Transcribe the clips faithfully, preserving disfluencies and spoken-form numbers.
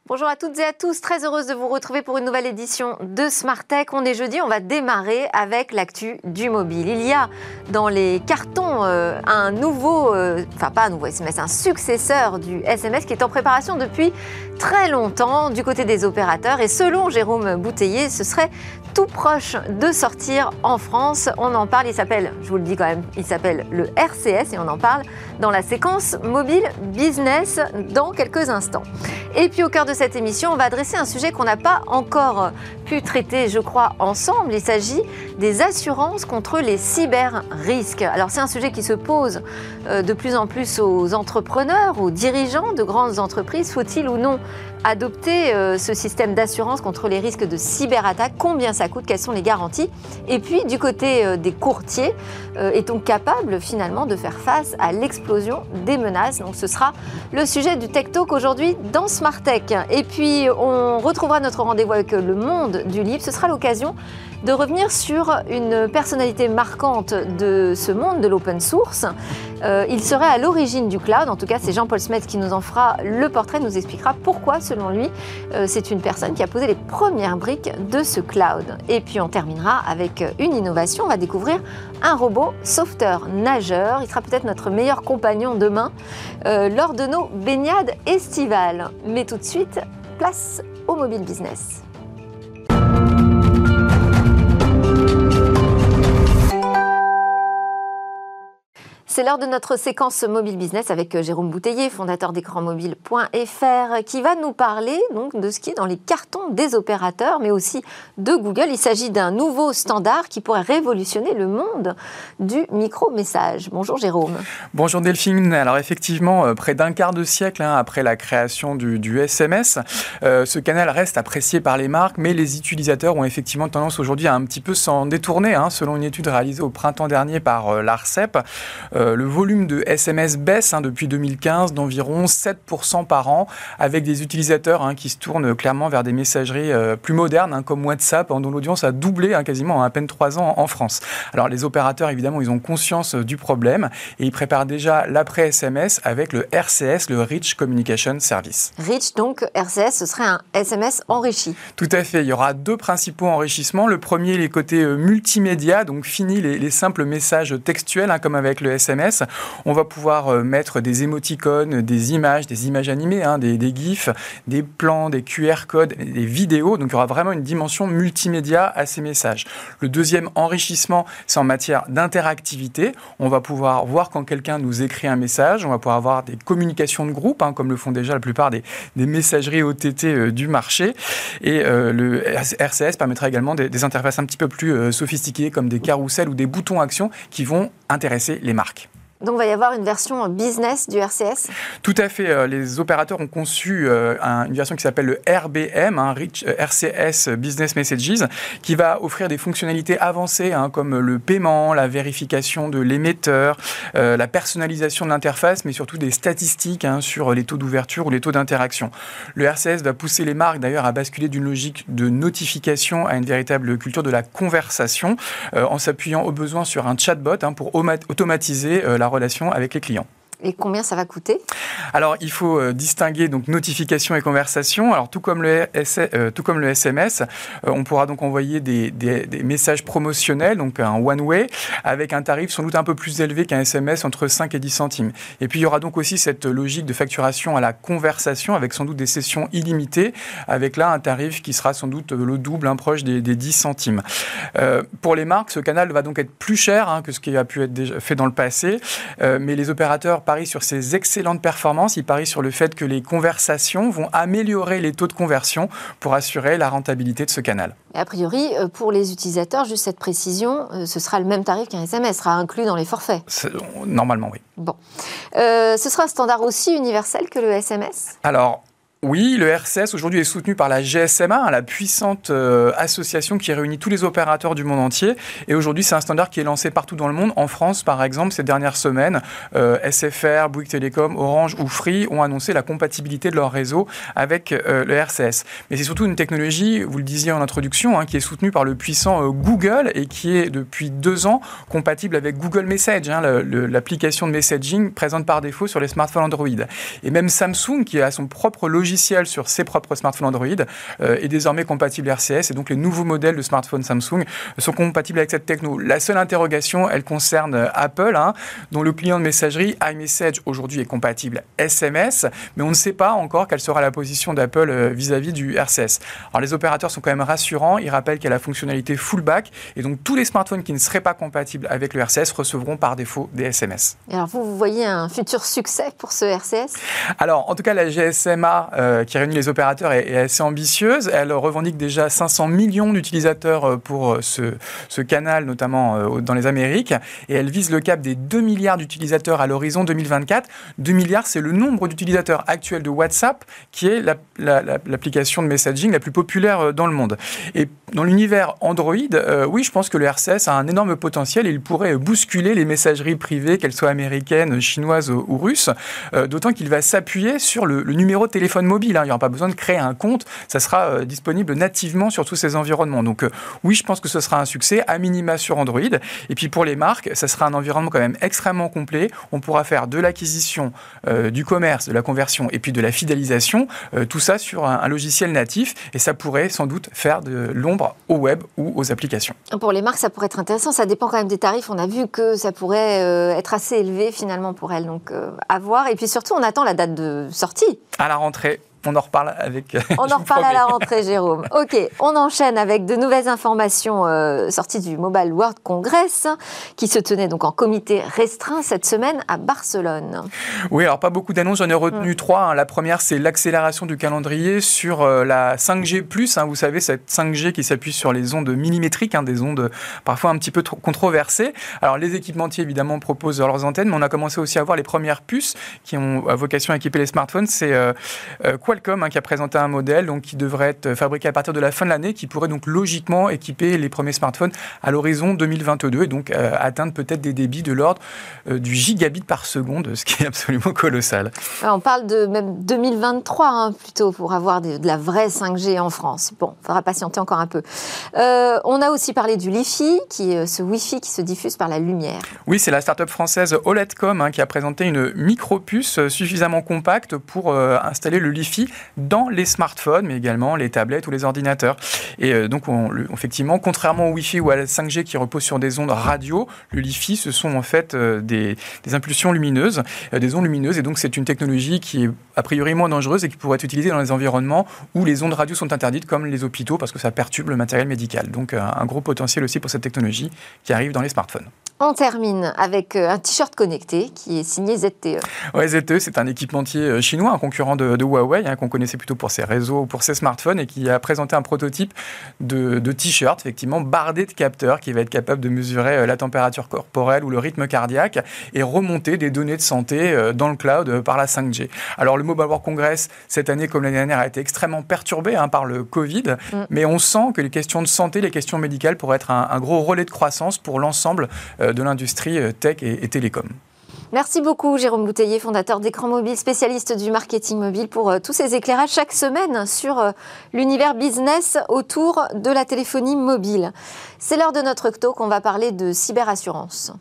Bonjour à toutes et à tous, très heureuse de vous retrouver pour une nouvelle édition de Smart Tech. On est jeudi, on va démarrer avec l'actu du mobile. Il y a dans les cartons euh, un nouveau, euh, enfin pas un nouveau S M S, un successeur du S M S qui est en préparation depuis très longtemps du côté des opérateurs. Et selon Jérôme Bouteiller, ce serait tout proche de sortir en France. On en parle, il s'appelle, je vous le dis quand même, il s'appelle le R C S et on en parle dans la séquence mobile business dans quelques instants. Et puis au cœur de cette émission, on va adresser un sujet qu'on n'a pas encore pu traiter, je crois, ensemble. Il s'agit des assurances contre les cyber-risques. Alors c'est un sujet qui se pose de plus en plus aux entrepreneurs, aux dirigeants de grandes entreprises. Faut-il ou non adopter euh, ce système d'assurance contre les risques de cyberattaque? Combien ça coûte? Quelles sont les garanties? Et puis, du côté euh, des courtiers, euh, est-on capable finalement de faire face à l'explosion des menaces? Donc, ce sera le sujet du Tech Talk aujourd'hui dans Smart Tech. Et puis, on retrouvera notre rendez-vous avec le monde du livre. Ce sera l'occasion de revenir sur une personnalité marquante de ce monde de l'open source. Euh, il serait à l'origine du cloud. En tout cas, c'est Jean-Paul Smets qui nous en fera le portrait, nous expliquera pourquoi, selon lui, euh, c'est une personne qui a posé les premières briques de ce cloud. Et puis, on terminera avec une innovation. On va découvrir un robot sauveteur nageur. Il sera peut-être notre meilleur compagnon demain euh, lors de nos baignades estivales. Mais tout de suite, place au mobile business. C'est l'heure de notre séquence mobile business avec Jérôme Bouteiller, fondateur d'écran mobile point F R, qui va nous parler donc de ce qui est dans les cartons des opérateurs, mais aussi de Google. Il s'agit d'un nouveau standard qui pourrait révolutionner le monde du micro-message. Bonjour Jérôme. Bonjour Delphine. Alors effectivement, près d'un quart de siècle hein, après la création du, du S M S, euh, ce canal reste apprécié par les marques, mais les utilisateurs ont effectivement tendance aujourd'hui à un petit peu s'en détourner. Hein, selon une étude réalisée au printemps dernier par euh, l'ARCEP, euh, le volume de S M S baisse hein, depuis deux mille quinze d'environ sept pour cent par an, avec des utilisateurs hein, qui se tournent clairement vers des messageries euh, plus modernes, hein, comme WhatsApp, hein, dont l'audience a doublé hein, quasiment en à peine trois ans en France. Alors les opérateurs, évidemment, ils ont conscience euh, du problème et ils préparent déjà l'après-S M S avec le R C S, le Rich Communication Service. Rich, donc R C S, ce serait un S M S enrichi. Tout à fait. Il y aura deux principaux enrichissements. Le premier, les côtés euh, multimédia, donc fini les, les simples messages textuels, hein, comme avec le S M S. On va pouvoir euh, mettre des émoticônes, des images, des images animées, hein, des, des GIFs, des plans, des Q R codes, des vidéos. Donc, il y aura vraiment une dimension multimédia à ces messages. Le deuxième enrichissement, c'est en matière d'interactivité. On va pouvoir voir quand quelqu'un nous écrit un message. On va pouvoir avoir des communications de groupe, hein, comme le font déjà la plupart des, des messageries O T T euh, du marché. Et euh, le R C S permettra également des, des interfaces un petit peu plus euh, sophistiquées, comme des carousels ou des boutons actions qui vont intéresser les marques. Donc, il va y avoir une version business du R C S? Tout à fait. Les opérateurs ont conçu euh, un, une version qui s'appelle le R B M, hein, Rich, euh, R C S Business Messages, qui va offrir des fonctionnalités avancées, hein, comme le paiement, la vérification de l'émetteur, euh, la personnalisation de l'interface, mais surtout des statistiques hein, sur les taux d'ouverture ou les taux d'interaction. Le R C S va pousser les marques, d'ailleurs, à basculer d'une logique de notification à une véritable culture de la conversation, euh, en s'appuyant au besoin sur un chatbot hein, pour automatiser euh, la relation avec les clients. Et combien ça va coûter? Alors, il faut euh, distinguer donc notification et conversation. Alors, tout comme le, S, euh, tout comme le S M S, euh, on pourra donc envoyer des, des, des messages promotionnels, donc un one-way, avec un tarif sans doute un peu plus élevé qu'un S M S, entre cinq et dix centimes. Et puis, il y aura donc aussi cette logique de facturation à la conversation, avec sans doute des sessions illimitées, avec là un tarif qui sera sans doute le double, hein, proche des, des dix centimes. Euh, pour les marques, ce canal va donc être plus cher hein, que ce qui a pu être déjà fait dans le passé, euh, mais les opérateurs parient sur ces excellentes performances, ils parient sur le fait que les conversations vont améliorer les taux de conversion pour assurer la rentabilité de ce canal. Et a priori, pour les utilisateurs, juste cette précision, ce sera le même tarif qu'un S M S, sera inclus dans les forfaits. C'est, normalement, oui. Bon. Euh, ce sera un standard aussi universel que le S M S? Alors, oui, le R C S aujourd'hui est soutenu par la G S M A, la puissante euh, association qui réunit tous les opérateurs du monde entier. Et aujourd'hui, c'est un standard qui est lancé partout dans le monde. En France, par exemple, ces dernières semaines, euh, S F R, Bouygues Télécom, Orange ou Free ont annoncé la compatibilité de leur réseau avec euh, le R C S. Mais c'est surtout une technologie, vous le disiez en introduction, hein, qui est soutenue par le puissant euh, Google et qui est depuis deux ans compatible avec Google Message, hein, le, le, l'application de messaging présente par défaut sur les smartphones Android. Et même Samsung, qui a son propre logiciel logiciel sur ses propres smartphones Android euh, est désormais compatible R C S et donc les nouveaux modèles de smartphones Samsung sont compatibles avec cette techno. La seule interrogation, elle concerne Apple, hein, dont le client de messagerie iMessage aujourd'hui est compatible S M S, mais on ne sait pas encore quelle sera la position d'Apple euh, vis-à-vis du R C S. Alors les opérateurs sont quand même rassurants, ils rappellent qu'il y a la fonctionnalité full back et donc tous les smartphones qui ne seraient pas compatibles avec le R C S recevront par défaut des S M S. Et alors vous, vous voyez un futur succès pour ce R C S ? Alors en tout cas la G S M A euh, qui réunit les opérateurs est, est assez ambitieuse, elle revendique déjà cinq cents millions d'utilisateurs pour ce, ce canal notamment euh, dans les Amériques et elle vise le cap des deux milliards d'utilisateurs à l'horizon deux mille vingt-quatre. deux milliards, c'est le nombre d'utilisateurs actuels de WhatsApp qui est la, la, la, l'application de messaging la plus populaire dans le monde. Et dans l'univers Android, euh, oui, je pense que le R C S a un énorme potentiel et il pourrait bousculer les messageries privées, qu'elles soient américaines, chinoises ou russes, euh, d'autant qu'il va s'appuyer sur le, le numéro de téléphone mobile. Hein. Il n'y aura pas besoin de créer un compte, ça sera euh, disponible nativement sur tous ces environnements. Donc euh, oui, je pense que ce sera un succès, à minima sur Android. Et puis pour les marques, ça sera un environnement quand même extrêmement complet. On pourra faire de l'acquisition, euh, du commerce, de la conversion et puis de la fidélisation, euh, tout ça sur un, un logiciel natif et ça pourrait sans doute faire de l'ombre au web ou aux applications. Pour les marques, ça pourrait être intéressant. Ça dépend quand même des tarifs. On a vu que ça pourrait euh, être assez élevé finalement pour elles. Donc euh, à voir. Et puis surtout, on attend la date de sortie. À la rentrée. On en reparle avec... On en reparle à la rentrée, Jérôme. Ok, on enchaîne avec de nouvelles informations euh, sorties du Mobile World Congress, qui se tenait donc en comité restreint cette semaine à Barcelone. Oui, alors pas beaucoup d'annonces, j'en ai retenu mmh. trois. Hein. La première, c'est l'accélération du calendrier sur euh, la cinq G plus. Hein. Vous savez, cette cinq G qui s'appuie sur les ondes millimétriques, hein, des ondes parfois un petit peu trop controversées. Alors les équipementiers, évidemment, proposent leurs antennes, mais on a commencé aussi à voir les premières puces qui ont à vocation à équiper les smartphones. C'est euh, euh, Qualcomm hein, qui a présenté un modèle donc, qui devrait être fabriqué à partir de la fin de l'année, qui pourrait donc logiquement équiper les premiers smartphones à l'horizon deux mille vingt-deux et donc euh, atteindre peut-être des débits de l'ordre euh, du gigabit par seconde, ce qui est absolument colossal. Alors, on parle de même deux mille vingt-trois hein, plutôt pour avoir de, de la vraie cinq G en France. Bon, il faudra patienter encore un peu. Euh, on a aussi parlé du Li-Fi, qui est ce Wi-Fi qui se diffuse par la lumière. Oui, c'est la start-up française OLEDcom hein, qui a présenté une micro-puce suffisamment compacte pour euh, installer le Li-Fi dans les smartphones, mais également les tablettes ou les ordinateurs. Et euh, donc, on, le, effectivement, contrairement au Wi-Fi ou à la cinq G qui repose sur des ondes radio, le Li-Fi, ce sont en fait euh, des, des impulsions lumineuses, euh, des ondes lumineuses. Et donc, c'est une technologie qui est a priori moins dangereuse et qui pourrait être utilisée dans les environnements où les ondes radio sont interdites, comme les hôpitaux, parce que ça perturbe le matériel médical. Donc, euh, un gros potentiel aussi pour cette technologie qui arrive dans les smartphones. On termine avec un t-shirt connecté qui est signé Z T E. Ouais, Z T E, c'est un équipementier chinois, un concurrent de, de Huawei, hein, qu'on connaissait plutôt pour ses réseaux, pour ses smartphones, et qui a présenté un prototype de, de t-shirt, effectivement, bardé de capteurs, qui va être capable de mesurer la température corporelle ou le rythme cardiaque, et remonter des données de santé dans le cloud par la cinq G. Alors, le Mobile World Congress, cette année, comme l'année dernière, a été extrêmement perturbé hein, par le Covid, mm. mais on sent que les questions de santé, les questions médicales pourraient être un, un gros relais de croissance pour l'ensemble euh, de l'industrie tech et, et télécom. Merci beaucoup Jérôme Bouteiller, fondateur d'Écran Mobile, spécialiste du marketing mobile, pour euh, tous ces éclairages chaque semaine sur euh, l'univers business autour de la téléphonie mobile. C'est l'heure de notre talk, on va parler de cyberassurance.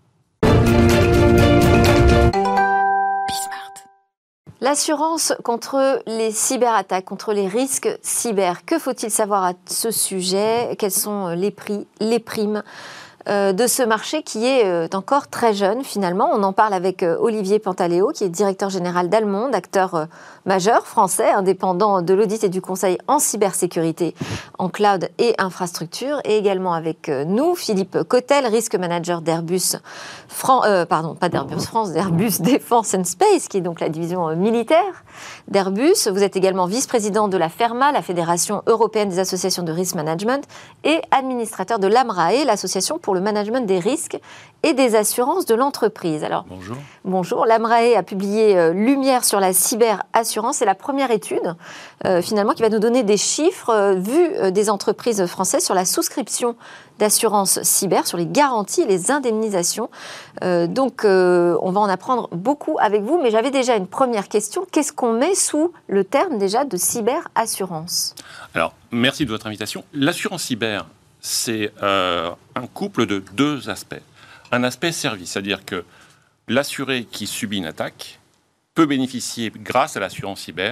L'assurance contre les cyberattaques, contre les risques cyber. Que faut-il savoir à ce sujet ? Quels sont les prix, les primes Euh, de ce marché qui est euh, encore très jeune finalement. On en parle avec euh, Olivier Pantaléo, qui est directeur général d'Almonde, acteur euh, majeur français, indépendant de l'audit et du conseil en cybersécurité, en cloud et infrastructure, et également avec euh, nous, Philippe Cotel, risk manager d'Airbus, Fran- euh, pardon, pas d'Airbus France, d'Airbus Defence and Space, qui est donc la division euh, militaire d'Airbus. Vous êtes également vice-président de la FERMA, la Fédération européenne des associations de risk management, et administrateur de l'AMRAE, l'association pour le management des risques et des assurances de l'entreprise. Alors, bonjour. Bonjour. L'AMRAE a publié euh, Lumière sur la cyberassurance. C'est la première étude, euh, finalement, qui va nous donner des chiffres euh, vus euh, des entreprises françaises sur la souscription d'assurance cyber, sur les garanties et les indemnisations. Euh, donc, euh, on va en apprendre beaucoup avec vous. Mais j'avais déjà une première question. Qu'est-ce qu'on met sous le terme déjà de cyberassurance ? Alors, merci de votre invitation. L'assurance cyber, c'est euh, un couple de deux aspects. Un aspect service, c'est-à-dire que l'assuré qui subit une attaque peut bénéficier, grâce à l'assurance cyber,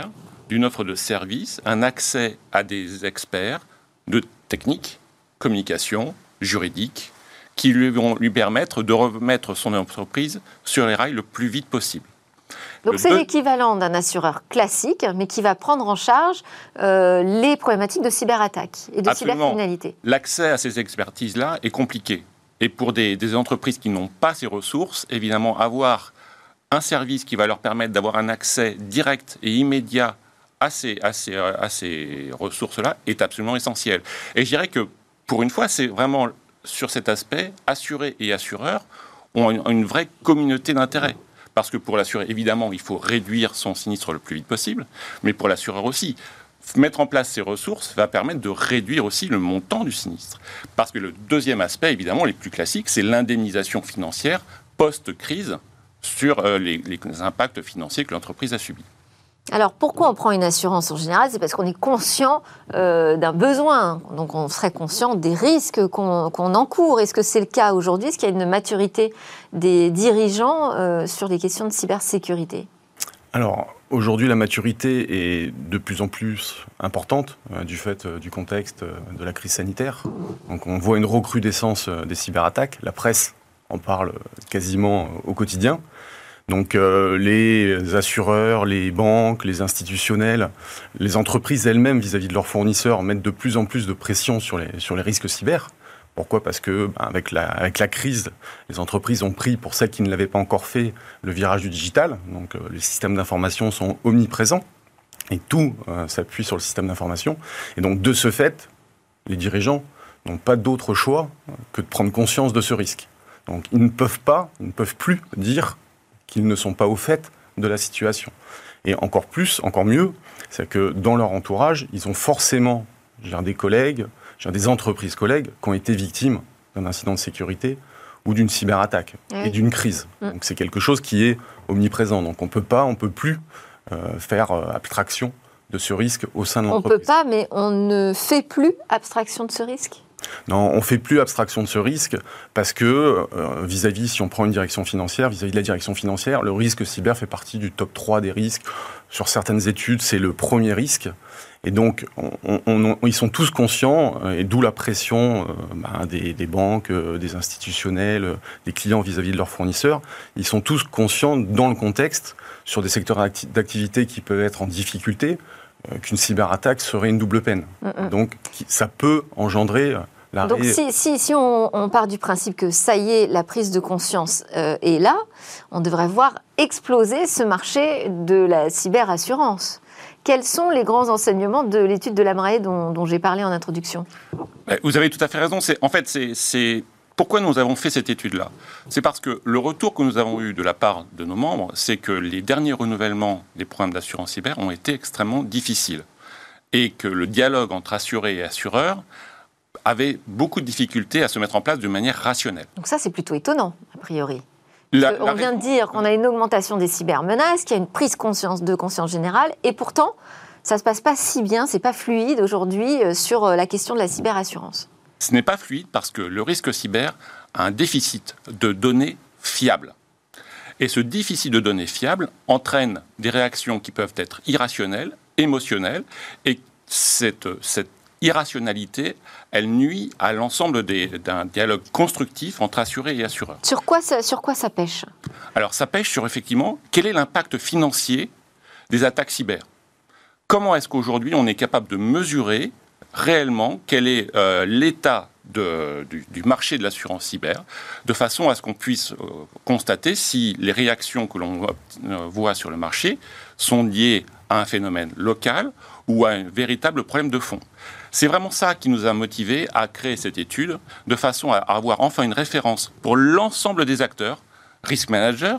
d'une offre de service un accès à des experts de technique, communication, juridique, qui lui vont lui permettre de remettre son entreprise sur les rails le plus vite possible. Donc le c'est deux... l'équivalent d'un assureur classique, mais qui va prendre en charge euh, les problématiques de cyberattaque et de Absolument. cybercriminalité. L'accès à ces expertises-là est compliqué. Et pour des, des entreprises qui n'ont pas ces ressources, évidemment, avoir un service qui va leur permettre d'avoir un accès direct et immédiat à ces, à ces, à ces ressources-là est absolument essentiel. Et je dirais que, pour une fois, c'est vraiment sur cet aspect, assurés et assureurs ont une, une vraie communauté d'intérêt. Parce que pour l'assuré, évidemment, il faut réduire son sinistre le plus vite possible, mais pour l'assureur aussi. Mettre en place ces ressources va permettre de réduire aussi le montant du sinistre. Parce que le deuxième aspect, évidemment, les plus classiques, c'est l'indemnisation financière post-crise sur euh, les, les impacts financiers que l'entreprise a subis. Alors, pourquoi on prend une assurance en général ? C'est parce qu'on est conscient euh, d'un besoin. Donc, on serait conscient des risques qu'on, qu'on encourt. Est-ce que c'est le cas aujourd'hui ? Est-ce qu'il y a une maturité des dirigeants euh, sur les questions de cybersécurité ? Alors, aujourd'hui, la maturité est de plus en plus importante euh, du fait euh, du contexte euh, de la crise sanitaire. Donc, on voit une recrudescence euh, des cyberattaques. La presse en parle quasiment euh, au quotidien. Donc euh, les assureurs, les banques, les institutionnels, les entreprises elles-mêmes vis-à-vis de leurs fournisseurs mettent de plus en plus de pression sur les, sur les risques cyber. Pourquoi ? Parce que ben, avec, la, avec la crise, les entreprises ont pris, pour celles qui ne l'avaient pas encore fait, le virage du digital. Donc euh, les systèmes d'information sont omniprésents et tout euh, s'appuie sur le système d'information. Et donc de ce fait, les dirigeants n'ont pas d'autre choix que de prendre conscience de ce risque. Donc ils ne peuvent pas, ils ne peuvent plus dire qu'ils ne sont pas au fait de la situation. Et encore plus, encore mieux, c'est que dans leur entourage, ils ont forcément j'ai des collègues, j'ai des entreprises collègues qui ont été victimes d'un incident de sécurité ou d'une cyberattaque oui. et d'une crise. Mmh. Donc c'est quelque chose qui est omniprésent. Donc on peut pas, on peut plus euh, faire euh, abstraction de ce risque au sein de l'entreprise. On peut pas, mais on ne fait plus abstraction de ce risque ? Non, on ne fait plus abstraction de ce risque parce que euh, vis-à-vis, si on prend une direction financière, vis-à-vis de la direction financière, le risque cyber fait partie du top trois des risques. Sur certaines études, c'est le premier risque. Et donc, on, on, on, ils sont tous conscients, et d'où la pression euh, bah, des, des banques, euh, des institutionnels, euh, des clients vis-à-vis de leurs fournisseurs. Ils sont tous conscients, dans le contexte, sur des secteurs d'activité qui peuvent être en difficulté, euh, qu'une cyberattaque serait une double peine. Mm-hmm. Donc, ça peut engendrer... L'arrêt... Donc, si, si, si on, on part du principe que ça y est, la prise de conscience euh, est là, on devrait voir exploser ce marché de la cyberassurance. Quels sont les grands enseignements de l'étude de Lamraey dont, dont j'ai parlé en introduction ? Vous avez tout à fait raison. C'est, en fait, c'est, c'est pourquoi nous avons fait cette étude-là. C'est parce que le retour que nous avons eu de la part de nos membres, c'est que les derniers renouvellements des programmes d'assurance cyber ont été extrêmement difficiles et que le dialogue entre assurés et assureurs avait beaucoup de difficultés à se mettre en place de manière rationnelle. Donc ça, c'est plutôt étonnant, a priori. La, on la vient réponse... de dire qu'on a une augmentation des cybermenaces, qu'il y a une prise conscience de conscience générale, et pourtant, ça ne se passe pas si bien, c'est pas fluide aujourd'hui sur la question de la cyberassurance. Ce n'est pas fluide parce que le risque cyber a un déficit de données fiables. Et ce déficit de données fiables entraîne des réactions qui peuvent être irrationnelles, émotionnelles, et cette, cette irrationalité, elle nuit à l'ensemble des, d'un dialogue constructif entre assurés et assureurs. Sur quoi ça, sur quoi ça pêche ? Alors, ça pêche sur, effectivement, quel est l'impact financier des attaques cyber ? Comment est-ce qu'aujourd'hui, on est capable de mesurer réellement quel est euh, l'état de, du, du marché de l'assurance cyber, de façon à ce qu'on puisse euh, constater si les réactions que l'on euh, voit sur le marché sont liées à un phénomène local ou à un véritable problème de fond. C'est vraiment ça qui nous a motivés à créer cette étude, de façon à avoir enfin une référence pour l'ensemble des acteurs, risk managers,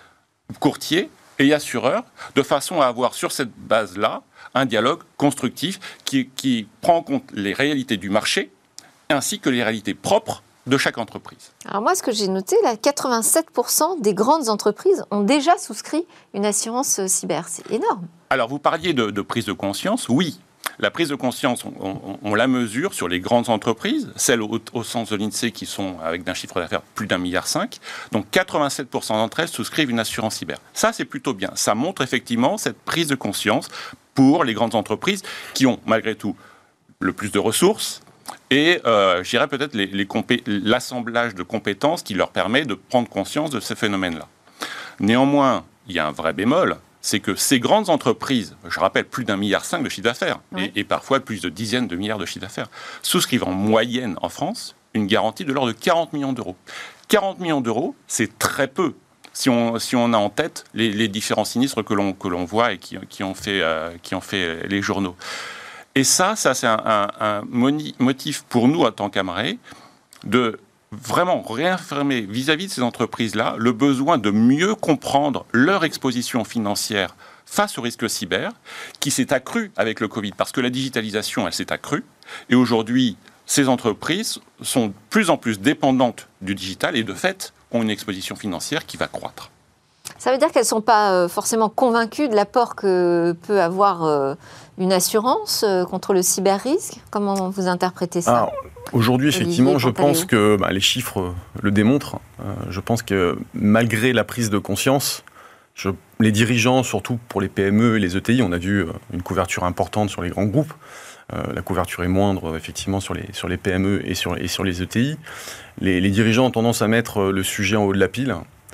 courtiers et assureurs, de façon à avoir sur cette base-là un dialogue constructif qui, qui prend en compte les réalités du marché ainsi que les réalités propres de chaque entreprise. Alors moi, ce que j'ai noté, là, quatre-vingt-sept pour cent des grandes entreprises ont déjà souscrit une assurance cyber. C'est énorme. Alors, vous parliez de, de prise de conscience. Oui, la prise de conscience, on, on, on la mesure sur les grandes entreprises, celles au, au sens de l'INSEE qui sont avec d'un chiffre d'affaires plus d'un milliard cinq. Donc, quatre-vingt-sept pour cent d'entre elles souscrivent une assurance cyber. Ça, c'est plutôt bien. Ça montre effectivement cette prise de conscience pour les grandes entreprises qui ont, malgré tout, le plus de ressources et, euh, je dirais peut-être, les, les compé- l'assemblage de compétences qui leur permet de prendre conscience de ces phénomènes-là. Néanmoins, il y a un vrai bémol, c'est que ces grandes entreprises, je rappelle, plus d'un milliard cinq de chiffre d'affaires, oui. et, et parfois plus de dizaines de milliards de chiffre d'affaires, souscrivent en moyenne en France une garantie de l'ordre de quarante millions d'euros. quarante millions d'euros, c'est très peu. Si on, si on a en tête les, les différents sinistres que l'on, que l'on voit et qui, qui, ont fait, euh, qui ont fait les journaux. Et ça, ça c'est un, un, un motif pour nous, en tant qu'Amarais, de vraiment réaffirmer vis-à-vis de ces entreprises-là le besoin de mieux comprendre leur exposition financière face au risque cyber, qui s'est accru avec le Covid, parce que la digitalisation, elle s'est accrue, et aujourd'hui, ces entreprises sont de plus en plus dépendantes du digital, et de fait, ont une exposition financière qui va croître. Ça veut dire qu'elles ne sont pas forcément convaincues de l'apport que peut avoir une assurance contre le cyber-risque. Comment vous interprétez ça ? Alors, aujourd'hui, effectivement, je pense que bah, les chiffres le démontrent. Euh, je pense que malgré la prise de conscience, je, les dirigeants, surtout pour les P M E et les E T I, on a vu une couverture importante sur les grands groupes. Euh, la couverture est moindre, effectivement, sur les, sur les P M E et sur, et sur les E T I. Les, les dirigeants ont tendance à mettre le sujet en haut de la pile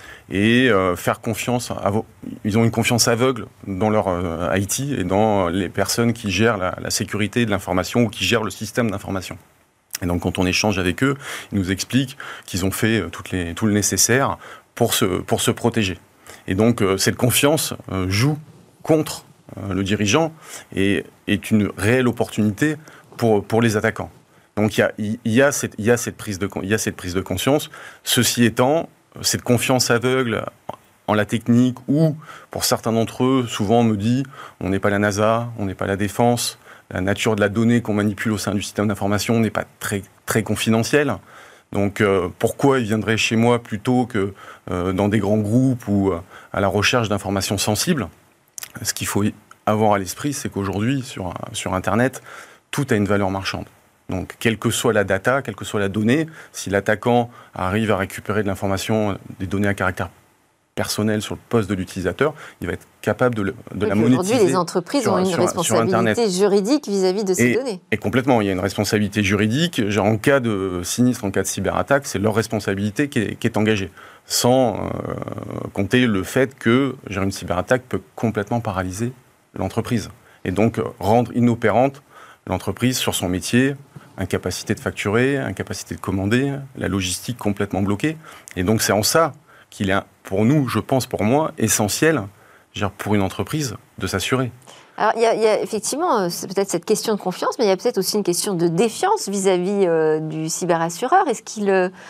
et euh, faire confiance. À vo- ils ont une confiance aveugle dans leur euh, I T et dans les personnes qui gèrent la, la sécurité de l'information ou qui gèrent le système d'information. Et donc, quand on échange avec eux, ils nous expliquent qu'ils ont fait toutes les, tout le nécessaire pour se, pour se protéger. Et donc, euh, cette confiance euh, joue contre euh, le dirigeant et est une réelle opportunité pour, pour les attaquants. Donc, il y a, il y a cette, il y a cette prise de, il y a cette prise de conscience. Ceci étant, cette confiance aveugle en la technique, ou pour certains d'entre eux, souvent on me dit on n'est pas la NASA, on n'est pas la défense, la nature de la donnée qu'on manipule au sein du système d'information n'est pas très, très confidentielle. Donc euh, pourquoi ils viendraient chez moi plutôt que euh, dans des grands groupes ou euh, à la recherche d'informations sensibles ? Ce qu'il faut avoir à l'esprit, c'est qu'aujourd'hui, sur, sur Internet, tout a une valeur marchande. Donc, quelle que soit la data, quelle que soit la donnée, si l'attaquant arrive à récupérer de l'information, des données à caractère personnel sur le poste de l'utilisateur, il va être capable de, le, de la monétiser. Aujourd'hui, les entreprises sur, ont une sur, responsabilité sur juridique vis-à-vis de ces et, données. Et complètement, il y a une responsabilité juridique. Genre, en cas de sinistre, en cas de cyberattaque, c'est leur responsabilité qui est, qui est engagée. Sans euh, compter le fait que genre, une cyberattaque peut complètement paralyser l'entreprise. Et donc, rendre inopérante l'entreprise sur son métier, incapacité de facturer, incapacité de commander, la logistique complètement bloquée. Et donc, c'est en ça qu'il est, pour nous, je pense, pour moi, essentiel, genre, pour une entreprise, de s'assurer. Alors, il y, y a effectivement, c'est peut-être cette question de confiance, mais il y a peut-être aussi une question de défiance vis-à-vis euh, du cyberassureur. Est-ce qu'il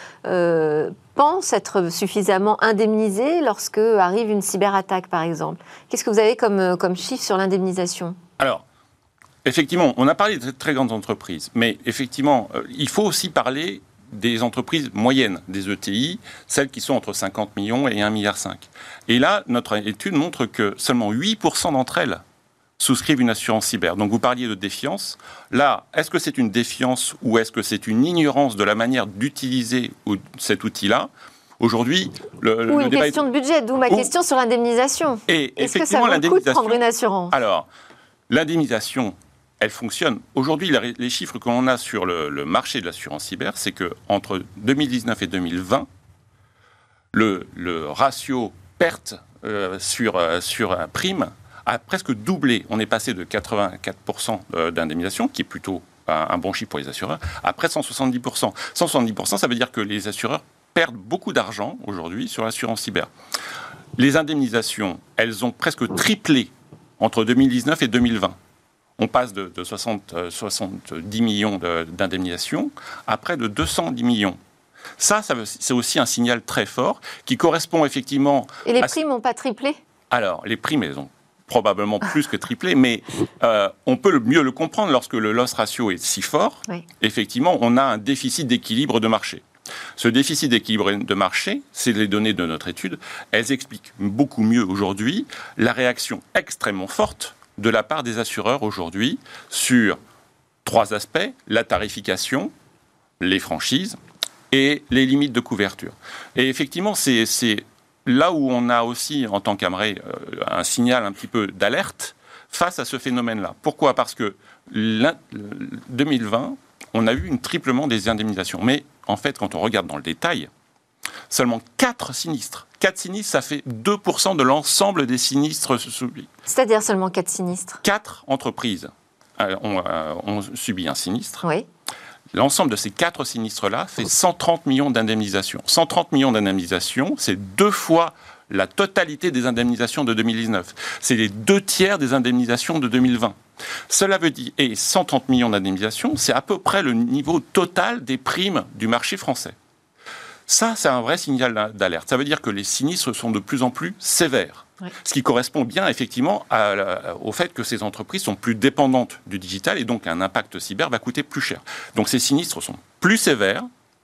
euh, pense être suffisamment indemnisé lorsque arrive une cyberattaque, par exemple ? Qu'est-ce que vous avez comme, comme chiffre sur l'indemnisation ? Alors, effectivement, on a parlé de très grandes entreprises, mais effectivement, euh, il faut aussi parler des entreprises moyennes, des E T I, celles qui sont entre cinquante millions et un virgule cinq milliard. Et là, notre étude montre que seulement huit pour cent d'entre elles souscrivent une assurance cyber. Donc vous parliez de défiance. Là, est-ce que c'est une défiance ou est-ce que c'est une ignorance de la manière d'utiliser cet outil-là ? Aujourd'hui, le, ou le une débat question est... de budget, d'où ma ou... question sur l'indemnisation. Et est-ce que ça vaut le coup de prendre une assurance ? Alors, l'indemnisation, elle fonctionne. Aujourd'hui, les chiffres que l'on a sur le, le marché de l'assurance cyber, c'est qu'entre deux mille dix-neuf et deux mille vingt, le, le ratio perte euh, sur, euh, sur prime a presque doublé. On est passé de quatre-vingt-quatre pour cent d'indemnisation, qui est plutôt un, un bon chiffre pour les assureurs, à près de cent soixante-dix pour cent. cent soixante-dix pour cent, ça veut dire que les assureurs perdent beaucoup d'argent aujourd'hui sur l'assurance cyber. Les indemnisations, elles ont presque triplé entre deux mille dix-neuf et deux mille vingt. On passe de, de soixante, soixante-dix millions d'indemnisations à près de deux cent dix millions. Ça, ça c'est aussi un signal très fort qui correspond effectivement... Et les à... primes n'ont pas triplé ? Alors, les primes, elles ont probablement plus que triplé, mais euh, on peut le, mieux le comprendre lorsque le loss ratio est si fort. Oui. Effectivement, on a un déficit d'équilibre de marché. Ce déficit d'équilibre de marché, c'est les données de notre étude, elles expliquent beaucoup mieux aujourd'hui la réaction extrêmement forte de la part des assureurs aujourd'hui sur trois aspects, la tarification, les franchises et les limites de couverture. Et effectivement, c'est, c'est là où on a aussi, en tant qu'Amarais, un signal un petit peu d'alerte face à ce phénomène-là. Pourquoi ? Parce que deux mille vingt, on a eu un triplement des indemnisations. Mais en fait, quand on regarde dans le détail, seulement quatre sinistres. quatre sinistres, ça fait deux pour cent de l'ensemble des sinistres subis. C'est-à-dire seulement quatre sinistres ? quatre entreprises euh, ont, euh, ont subi un sinistre. Oui. L'ensemble de ces quatre sinistres-là fait cent trente millions d'indemnisations. cent trente millions d'indemnisations, c'est deux fois la totalité des indemnisations de deux mille dix-neuf. C'est les deux tiers des indemnisations de deux mille vingt. Cela veut dire, et cent trente millions d'indemnisations, c'est à peu près le niveau total des primes du marché français. Ça, c'est un vrai signal d'alerte. Ça veut dire que les sinistres sont de plus en plus sévères. Oui. Ce qui correspond bien, effectivement, à, à, au fait que ces entreprises sont plus dépendantes du digital et donc un impact cyber va coûter plus cher. Donc ces sinistres sont plus sévères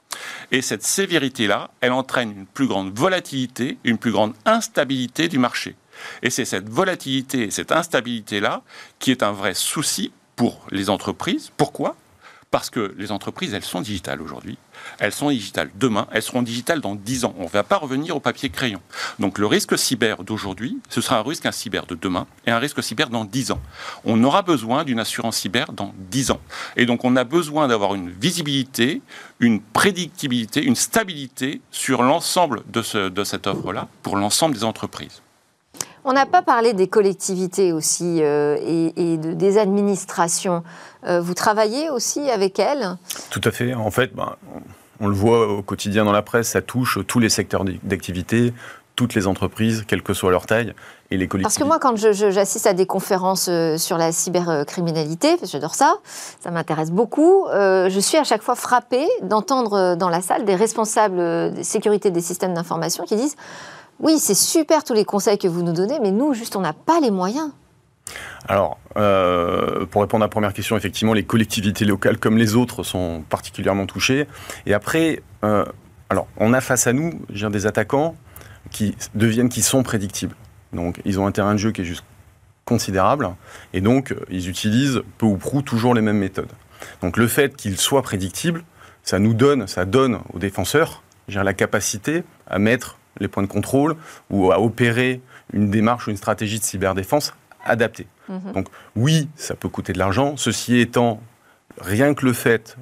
et cette sévérité-là, elle entraîne une plus grande volatilité, une plus grande instabilité du marché. Et c'est cette volatilité et cette instabilité-là qui est un vrai souci pour les entreprises. Pourquoi ? Parce que les entreprises, elles sont digitales aujourd'hui. Elles sont digitales demain. Elles seront digitales dans dix ans. On ne va pas revenir au papier-crayon. Donc le risque cyber d'aujourd'hui, ce sera un risque cyber de demain et un risque cyber dans dix ans. On aura besoin d'une assurance cyber dans dix ans. Et donc on a besoin d'avoir une visibilité, une prédictibilité, une stabilité sur l'ensemble de, ce, de cette offre-là pour l'ensemble des entreprises. On n'a pas parlé des collectivités aussi euh, et, et de, des administrations. Euh, vous travaillez aussi avec elles ? Tout à fait. En fait, ben, on le voit au quotidien dans la presse, ça touche tous les secteurs d'activité, toutes les entreprises, quelle que soit leur taille, et les collectivités. Parce que moi, quand je, je, j'assiste à des conférences euh, sur la cybercriminalité, j'adore ça, ça m'intéresse beaucoup, euh, je suis à chaque fois frappée d'entendre dans la salle des responsables de sécurité des systèmes d'information qui disent « Oui, c'est super tous les conseils que vous nous donnez, mais nous, juste, on n'a pas les moyens. » Alors, euh, pour répondre à la première question, effectivement, les collectivités locales, comme les autres, sont particulièrement touchées. Et après, euh, alors, on a face à nous, je veux dire, des attaquants qui deviennent, qui sont prédictibles. Donc, ils ont un terrain de jeu qui est juste considérable. Et donc, ils utilisent peu ou prou toujours les mêmes méthodes. Donc, le fait qu'ils soient prédictibles, ça nous donne, ça donne aux défenseurs, je veux dire, la capacité à mettre les points de contrôle ou à opérer une démarche ou une stratégie de cyberdéfense adaptée. Mmh. Donc oui, ça peut coûter de l'argent. Ceci étant, rien que le fait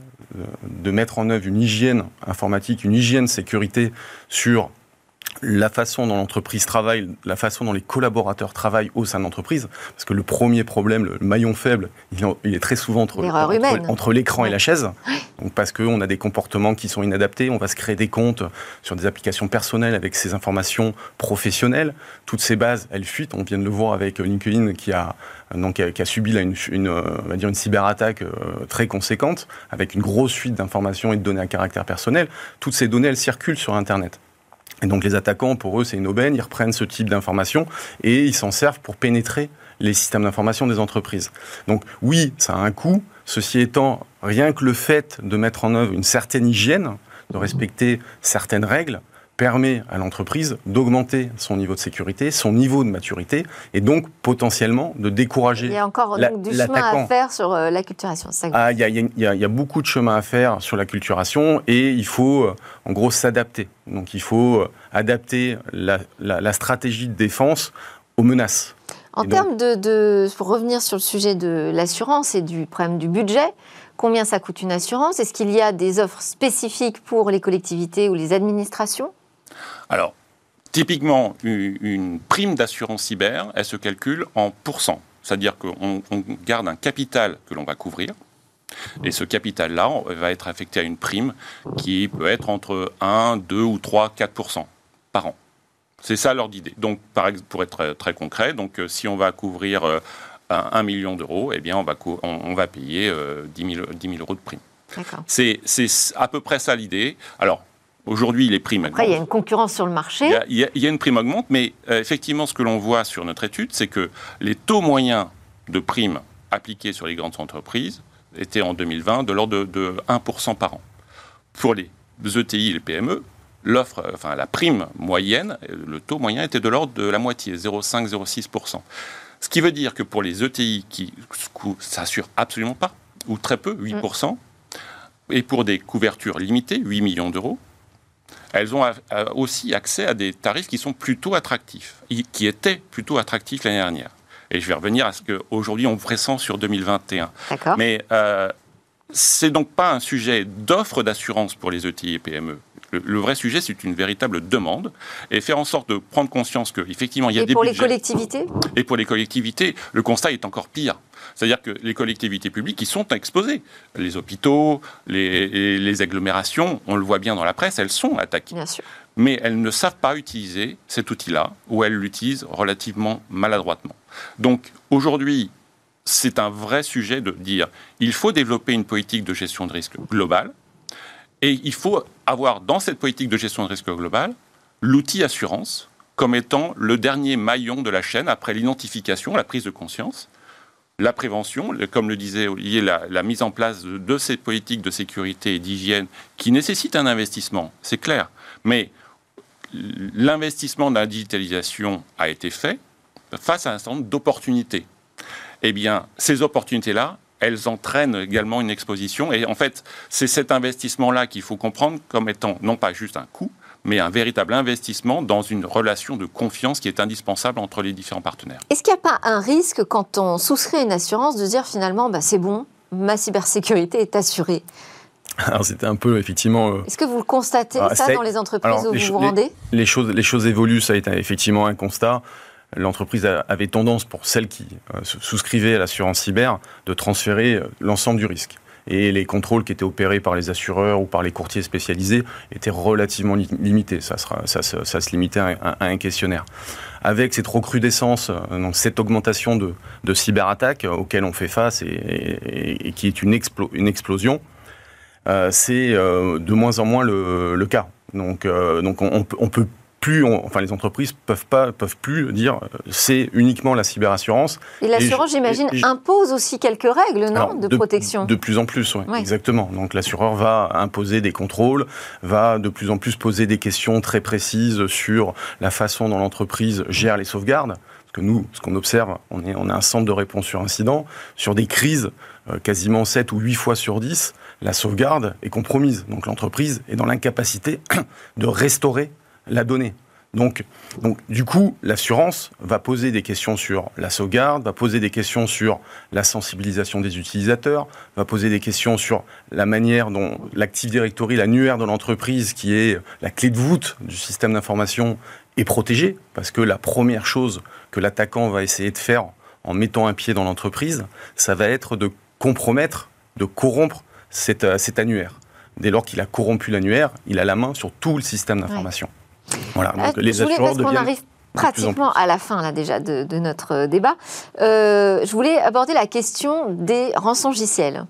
de mettre en œuvre une hygiène informatique, une hygiène sécurité sur la façon dont l'entreprise travaille, la façon dont les collaborateurs travaillent au sein de l'entreprise, parce que le premier problème, le maillon faible, il est très souvent entre, entre, entre l'écran ouais. et la chaise, donc parce qu'on a des comportements qui sont inadaptés, on va se créer des comptes sur des applications personnelles avec ces informations professionnelles, toutes ces bases, elles fuitent, on vient de le voir avec LinkedIn qui a, donc, qui a subi là, une, une, on va dire une cyberattaque très conséquente, avec une grosse fuite d'informations et de données à caractère personnel, toutes ces données, elles circulent sur Internet. Et donc les attaquants, pour eux, c'est une aubaine, ils reprennent ce type d'informations et ils s'en servent pour pénétrer les systèmes d'information des entreprises. Donc oui, ça a un coût. Ceci étant, rien que le fait de mettre en œuvre une certaine hygiène, de respecter certaines règles, permet à l'entreprise d'augmenter son niveau de sécurité, son niveau de maturité, et donc potentiellement de décourager l'attaquant. Il y a encore la, donc, du chemin à faire sur euh, l'acculturation. Ça ah, il, y a, il, y a, il y a beaucoup de chemin à faire sur l'acculturation, et il faut, euh, en gros, s'adapter. Donc il faut euh, adapter la, la, la stratégie de défense aux menaces. En et termes donc, de, de... Pour revenir sur le sujet de l'assurance et du problème du budget, combien ça coûte une assurance ? Est-ce qu'il y a des offres spécifiques pour les collectivités ou les administrations ? Alors, typiquement, une prime d'assurance cyber, elle se calcule en pourcent. C'est-à-dire qu'on on garde un capital que l'on va couvrir. Et ce capital-là va être affecté à une prime qui peut être entre un, deux ou trois, quatre pour cent par an. C'est ça l'ordre d'idée. Donc, par exemple, pour être très, très concret, donc, si on va couvrir euh, un million d'euros, eh bien, on va, co- on, on va payer euh, dix mille euros de prime. D'accord. C'est, c'est à peu près ça l'idée. Alors, aujourd'hui, les primes Après, augmentent. il y a une concurrence sur le marché. Il y a, il y a, il y a une prime augmente, mais euh, effectivement, ce que l'on voit sur notre étude, c'est que les taux moyens de primes appliqués sur les grandes entreprises étaient en deux mille vingt de l'ordre de, de un pour cent par an. Pour les E T I et les P M E, l'offre, enfin, la prime moyenne, le taux moyen était de l'ordre de la moitié, zéro virgule cinq à zéro virgule six pour cent. Ce qui veut dire que pour les E T I qui ne s'assurent absolument pas, ou très peu, huit pour cent, mmh. et pour des couvertures limitées, huit millions d'euros, elles ont aussi accès à des tarifs qui sont plutôt attractifs, qui étaient plutôt attractifs l'année dernière. Et je vais revenir à ce qu'aujourd'hui on pressent sur deux mille vingt et un. D'accord. Mais euh, c'est donc pas un sujet d'offre d'assurance pour les E T I et P M E. Le, le vrai sujet, c'est une véritable demande et faire en sorte de prendre conscience qu'effectivement, il y a et des pour budgets. les collectivités ? Et pour les collectivités, le constat est encore pire. C'est-à-dire que les collectivités publiques, ils sont exposées. Les hôpitaux, les, les, les agglomérations, on le voit bien dans la presse, elles sont attaquées. Bien sûr. Mais elles ne savent pas utiliser cet outil-là, ou elles l'utilisent relativement maladroitement. Donc aujourd'hui, c'est un vrai sujet de dire il faut développer une politique de gestion de risque globale, et il faut avoir dans cette politique de gestion de risque globale l'outil assurance comme étant le dernier maillon de la chaîne après l'identification, la prise de conscience, la prévention, comme le disait Olivier, la, la mise en place de, de ces politiques de sécurité et d'hygiène qui nécessitent un investissement, c'est clair. Mais l'investissement dans la digitalisation a été fait face à un certain nombre d'opportunités. Eh bien, ces opportunités-là, elles entraînent également une exposition. Et en fait, c'est cet investissement-là qu'il faut comprendre comme étant non pas juste un coût, mais un véritable investissement dans une relation de confiance qui est indispensable entre les différents partenaires. Est-ce qu'il n'y a pas un risque, quand on souscrit une assurance, de dire finalement, bah, c'est bon, ma cybersécurité est assurée ? Alors c'était un peu, effectivement... Euh... Est-ce que vous le constatez, ah, ça, dans les entreprises alors, où les vous cho- vous rendez ? les, les, choses, les choses évoluent, ça a été effectivement un constat. L'entreprise avait tendance, pour celles qui euh, souscrivaient à l'assurance cyber, de transférer euh, l'ensemble du risque. Et les contrôles qui étaient opérés par les assureurs ou par les courtiers spécialisés étaient relativement li- limités. Ça, sera, ça, ça, ça se limitait à un, à un questionnaire. Avec cette recrudescence, euh, donc cette augmentation de, de cyberattaques euh, auxquelles on fait face et, et, et qui est une, explo- une explosion, euh, c'est euh, de moins en moins le, le cas. Donc, euh, donc on, on peut plus, on, enfin les entreprises peuvent pas, peuvent plus dire euh, c'est uniquement la cyberassurance. Et l'assurance, et, j'imagine, et, impose aussi quelques règles, non, alors, de, de protection. De plus en plus, oui, ouais. Exactement. Donc l'assureur va imposer des contrôles, va de plus en plus poser des questions très précises sur la façon dont l'entreprise gère les sauvegardes. Parce que nous, ce qu'on observe, on est, on a un centre de réponse sur incident, sur des crises, euh, quasiment sept ou huit fois sur dix, la sauvegarde est compromise. Donc l'entreprise est dans l'incapacité de restaurer la donnée. Donc, donc, du coup, l'assurance va poser des questions sur la sauvegarde, va poser des questions sur la sensibilisation des utilisateurs, va poser des questions sur la manière dont l'Active Directory, l'annuaire de l'entreprise, qui est la clé de voûte du système d'information, est protégée. Parce que la première chose que l'attaquant va essayer de faire en mettant un pied dans l'entreprise, ça va être de compromettre, de corrompre cet, cet annuaire. Dès lors qu'il a corrompu l'annuaire, il a la main sur tout le système d'information. Ouais. Voilà, donc euh, les je voulais, assureurs parce qu'on arrive pratiquement à la fin là, déjà de, de notre débat. Euh, je voulais aborder la question des rançongiciels.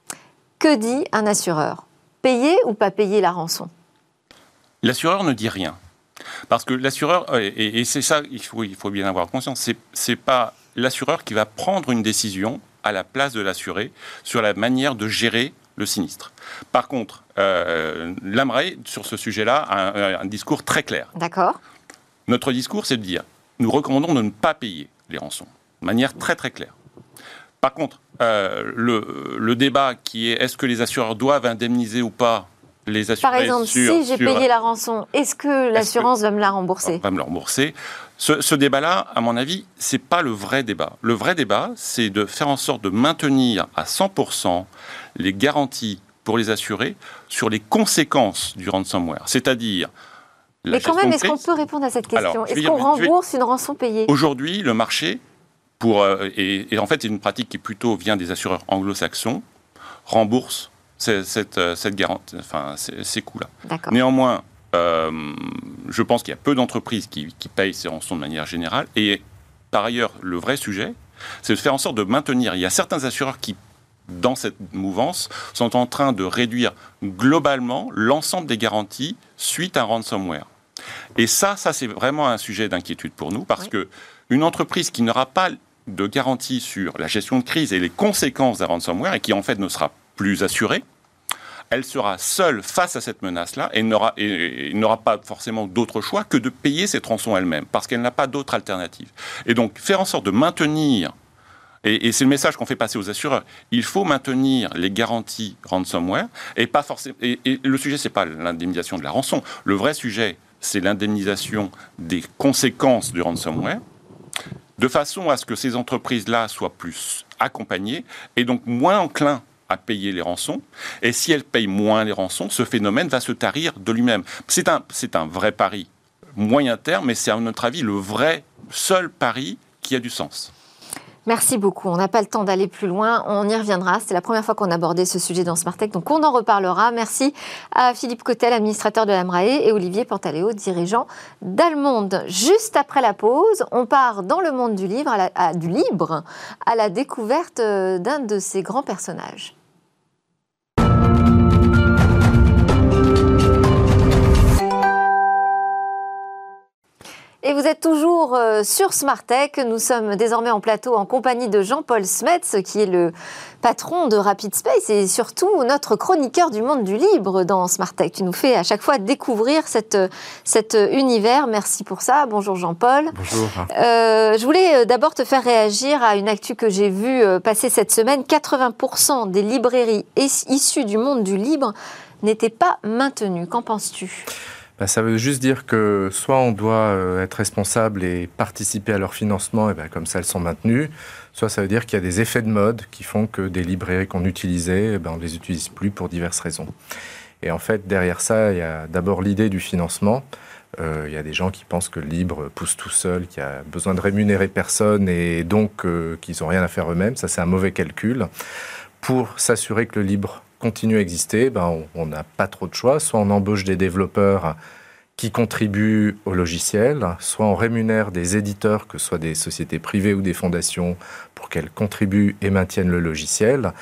Que dit un assureur ? Payer ou pas payer la rançon ? L'assureur ne dit rien. Parce que l'assureur, et, et c'est ça, il faut, il faut bien avoir conscience, c'est, c'est pas l'assureur qui va prendre une décision à la place de l'assuré sur la manière de gérer le sinistre. Par contre, euh, l'A M R E, sur ce sujet-là, a un, un discours très clair. D'accord. Notre discours, c'est de dire, nous recommandons de ne pas payer les rançons, de manière très très claire. Par contre, euh, le, le débat qui est, est-ce que les assureurs doivent indemniser ou pas les assurés? Par exemple, sur, si j'ai sur, payé la rançon, est-ce que l'assurance est-ce que, va me la rembourser? Va me la rembourser. Ce, ce débat-là, à mon avis, c'est pas le vrai débat. Le vrai débat, c'est de faire en sorte de maintenir à cent pour cent les garanties pour les assurés sur les conséquences du ransomware. C'est-à-dire... Mais quand même, est-ce qu'on peut répondre à cette question? Alors, est-ce qu'on rembourse une rançon payée? Aujourd'hui, le marché, pour, euh, et, et en fait, c'est une pratique qui plutôt vient des assureurs anglo-saxons, rembourse cette, cette, cette garantie, enfin, ces, ces coûts-là. D'accord. Néanmoins, euh, je pense qu'il y a peu d'entreprises qui, qui payent ces rançons de manière générale. Et par ailleurs, le vrai sujet, c'est de faire en sorte de maintenir. Il y a certains assureurs qui, dans cette mouvance, sont en train de réduire globalement l'ensemble des garanties suite à un ransomware. Et ça, ça c'est vraiment un sujet d'inquiétude pour nous, parce oui. qu'une entreprise qui n'aura pas de garantie sur la gestion de crise et les conséquences d'un ransomware, et qui en fait ne sera plus assurée, elle sera seule face à cette menace-là et n'aura, et, et n'aura pas forcément d'autre choix que de payer cette rançon elle-même, parce qu'elle n'a pas d'autre alternative. Et donc, faire en sorte de maintenir, et, et c'est le message qu'on fait passer aux assureurs, il faut maintenir les garanties ransomware, et pas forcément. Et, et le sujet, c'est pas l'indemnisation de la rançon. Le vrai sujet, c'est l'indemnisation des conséquences du ransomware, de façon à ce que ces entreprises-là soient plus accompagnées et donc moins enclins à payer les rançons. Et si elles payent moins les rançons, ce phénomène va se tarir de lui-même. C'est un, c'est un vrai pari moyen terme, mais c'est à notre avis le vrai seul pari qui a du sens. Merci beaucoup. On n'a pas le temps d'aller plus loin. On y reviendra. C'est la première fois qu'on abordait ce sujet dans Smart Tech, donc on en reparlera. Merci à Philippe Cotel, administrateur de l'Amrae, et Olivier Pantaléo, dirigeant d'Almonde. Juste après la pause, on part dans le monde du livre, à la, à, du libre, à la découverte d'un de ses grands personnages. Et vous êtes toujours sur Smart Tech. Nous sommes désormais en plateau en compagnie de Jean-Paul Smets, qui est le patron de Rapid Space et surtout notre chroniqueur du monde du libre dans Smart Tech. Tu nous fais à chaque fois découvrir cette, cet univers. Merci pour ça. Bonjour Jean-Paul. Bonjour. Euh, je voulais d'abord te faire réagir à une actu que j'ai vue passer cette semaine. quatre-vingts pour cent des librairies issues du monde du libre n'étaient pas maintenues. Qu'en penses-tu ? Ben, ça veut juste dire que soit on doit euh, être responsable et participer à leur financement, et ben, comme ça elles sont maintenues, soit ça veut dire qu'il y a des effets de mode qui font que des librairies qu'on utilisait, ben, on ne les utilise plus pour diverses raisons. Et en fait, derrière ça, il y a d'abord l'idée du financement. Euh, il y a des gens qui pensent que le libre pousse tout seul, qu'il y a besoin de rémunérer personne et donc euh, qu'ils n'ont rien à faire eux-mêmes. Ça, c'est un mauvais calcul. Pour s'assurer que le libre continue à exister, ben on n'a pas trop de choix. Soit on embauche des développeurs qui contribuent au logiciel, soit on rémunère des éditeurs, que ce soit des sociétés privées ou des fondations, pour qu'elles contribuent et maintiennent le logiciel.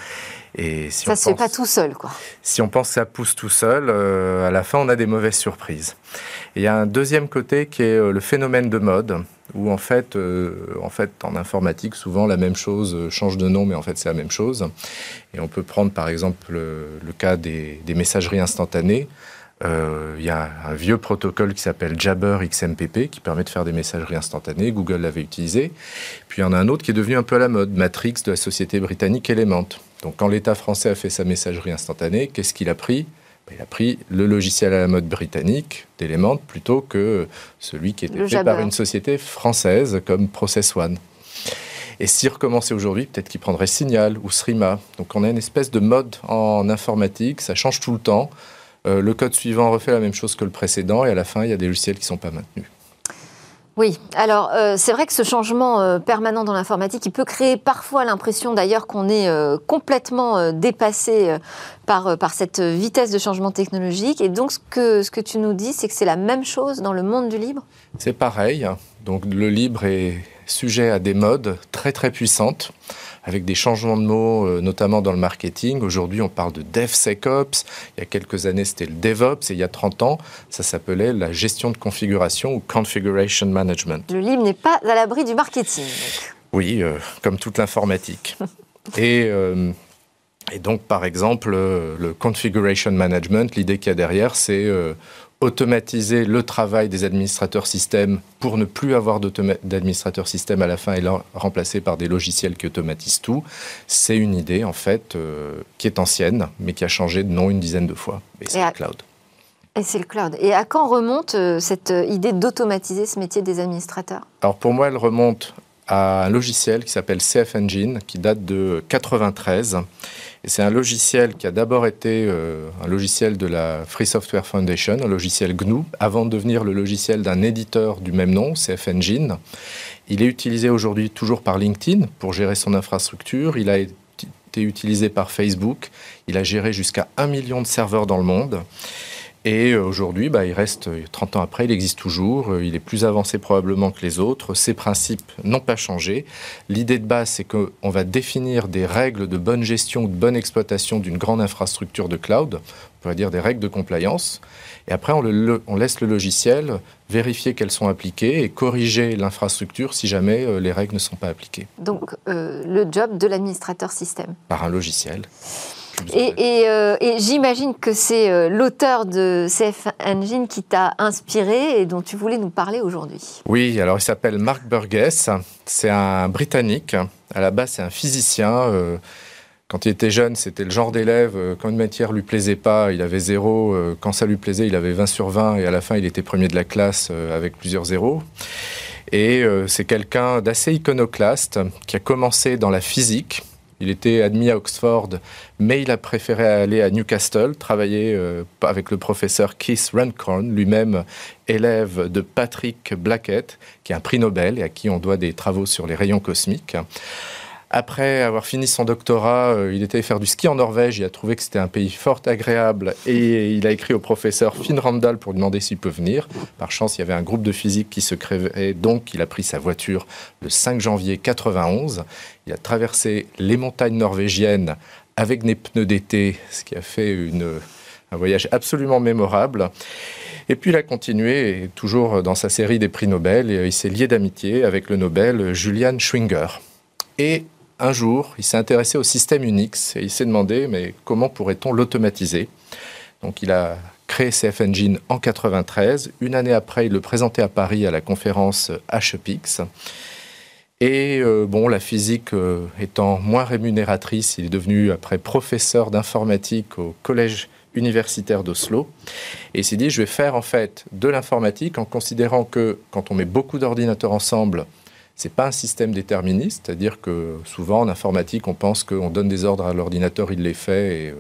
Et si ça on ne se fait pense, pas tout seul, quoi. Si on pense que ça pousse tout seul, euh, à la fin, on a des mauvaises surprises. Et il y a un deuxième côté qui est euh, le phénomène de mode, où en fait, euh, en fait, en informatique, souvent la même chose euh, change de nom, mais en fait, c'est la même chose. Et on peut prendre par exemple le, le cas des, des messageries instantanées. Euh, il y a un vieux protocole qui s'appelle Jabber X M P P qui permet de faire des messageries instantanées. Google l'avait utilisé. Puis il y en a un autre qui est devenu un peu à la mode, Matrix de la société britannique Element. Donc quand l'État français a fait sa messagerie instantanée, qu'est-ce qu'il a pris ? Ben, il a pris le logiciel à la mode britannique d'Element plutôt que celui qui était le fait Jabber. par une société française comme ProcessOne. Et s'il recommençait aujourd'hui, peut-être qu'il prendrait Signal ou Srima. Donc on a une espèce de mode en informatique, ça change tout le temps. Euh, le code suivant refait la même chose que le précédent et à la fin, il y a des logiciels qui ne sont pas maintenus. Oui, alors euh, c'est vrai que ce changement euh, permanent dans l'informatique, il peut créer parfois l'impression d'ailleurs qu'on est euh, complètement euh, dépassé euh, par, euh, par cette vitesse de changement technologique. Et donc ce que, ce que tu nous dis, c'est que c'est la même chose dans le monde du libre ? C'est pareil. Donc le libre est sujet à des modes très très puissantes, avec des changements de mots, euh, notamment dans le marketing. Aujourd'hui, on parle de DevSecOps. Il y a quelques années, c'était le DevOps. Et il y a trente ans, ça s'appelait la gestion de configuration ou Configuration Management. Le libre n'est pas à l'abri du marketing. Donc. Oui, euh, comme toute l'informatique. et, euh, et donc, par exemple, euh, le Configuration Management, l'idée qu'il y a derrière, c'est euh, automatiser le travail des administrateurs système pour ne plus avoir d'administrateurs système à la fin et le remplacer par des logiciels qui automatisent tout. C'est une idée, en fait, euh, qui est ancienne, mais qui a changé de nom une dizaine de fois. Et c'est et le cloud. Et c'est le cloud. Et à quand remonte euh, cette idée d'automatiser ce métier des administrateurs ? Alors, pour moi, elle remonte à un logiciel qui s'appelle C F Engine, qui date de quatre-vingt-treize. Et c'est un logiciel qui a d'abord été euh, un logiciel de la Free Software Foundation, un logiciel G N U, avant de devenir le logiciel d'un éditeur du même nom, C F Engine. Il est utilisé aujourd'hui toujours par LinkedIn pour gérer son infrastructure. Il a été utilisé par Facebook. Il a géré jusqu'à un million de serveurs dans le monde. Et aujourd'hui, bah, il reste, trente ans après, il existe toujours. Il est plus avancé probablement que les autres. Ses principes n'ont pas changé. L'idée de base, c'est qu'on va définir des règles de bonne gestion ou de bonne exploitation d'une grande infrastructure de cloud. On pourrait dire des règles de compliance. Et après, on, le, on laisse le logiciel vérifier qu'elles sont appliquées et corriger l'infrastructure si jamais euh, les règles ne sont pas appliquées. Donc, euh, le job de l'administrateur système. Par un logiciel. Et, et, euh, et j'imagine que c'est euh, l'auteur de C F Engine qui t'a inspiré et dont tu voulais nous parler aujourd'hui. Oui, alors il s'appelle Mark Burgess. C'est un Britannique. À la base, c'est un physicien. Euh, quand il était jeune, c'était le genre d'élève, euh, quand une matière lui plaisait pas, il avait zéro. Euh, quand ça lui plaisait, il avait vingt sur vingt. Et à la fin, il était premier de la classe euh, avec plusieurs zéros. Et euh, c'est quelqu'un d'assez iconoclaste qui a commencé dans la physique. Il était admis à Oxford, mais il a préféré aller à Newcastle, travailler euh, avec le professeur Keith Runcorn, lui-même élève de Patrick Blackett, qui est un prix Nobel et à qui on doit des travaux sur les rayons cosmiques. Après avoir fini son doctorat, euh, il était faire du ski en Norvège. Il a trouvé que c'était un pays fort agréable et il a écrit au professeur Finn Randall pour lui demander s'il peut venir. Par chance, il y avait un groupe de physique qui se créait, donc il a pris sa voiture le cinq janvier quatre-vingt-onze. Il a traversé les montagnes norvégiennes avec des pneus d'été, ce qui a fait une, un voyage absolument mémorable. Et puis il a continué, et toujours dans sa série des prix Nobel, et il s'est lié d'amitié avec le Nobel Julian Schwinger. Et un jour, il s'est intéressé au système Unix et il s'est demandé mais comment pourrait-on l'automatiser. Donc il a créé C F Engine en quatre-vingt-treize. Une année après, il le présentait à Paris à la conférence H E P X. Et euh, bon, la physique euh, étant moins rémunératrice, il est devenu après professeur d'informatique au collège universitaire d'Oslo. Et il s'est dit, je vais faire en fait de l'informatique en considérant que quand on met beaucoup d'ordinateurs ensemble, c'est pas un système déterministe, c'est-à-dire que souvent en informatique, on pense qu'on donne des ordres à l'ordinateur, il les fait et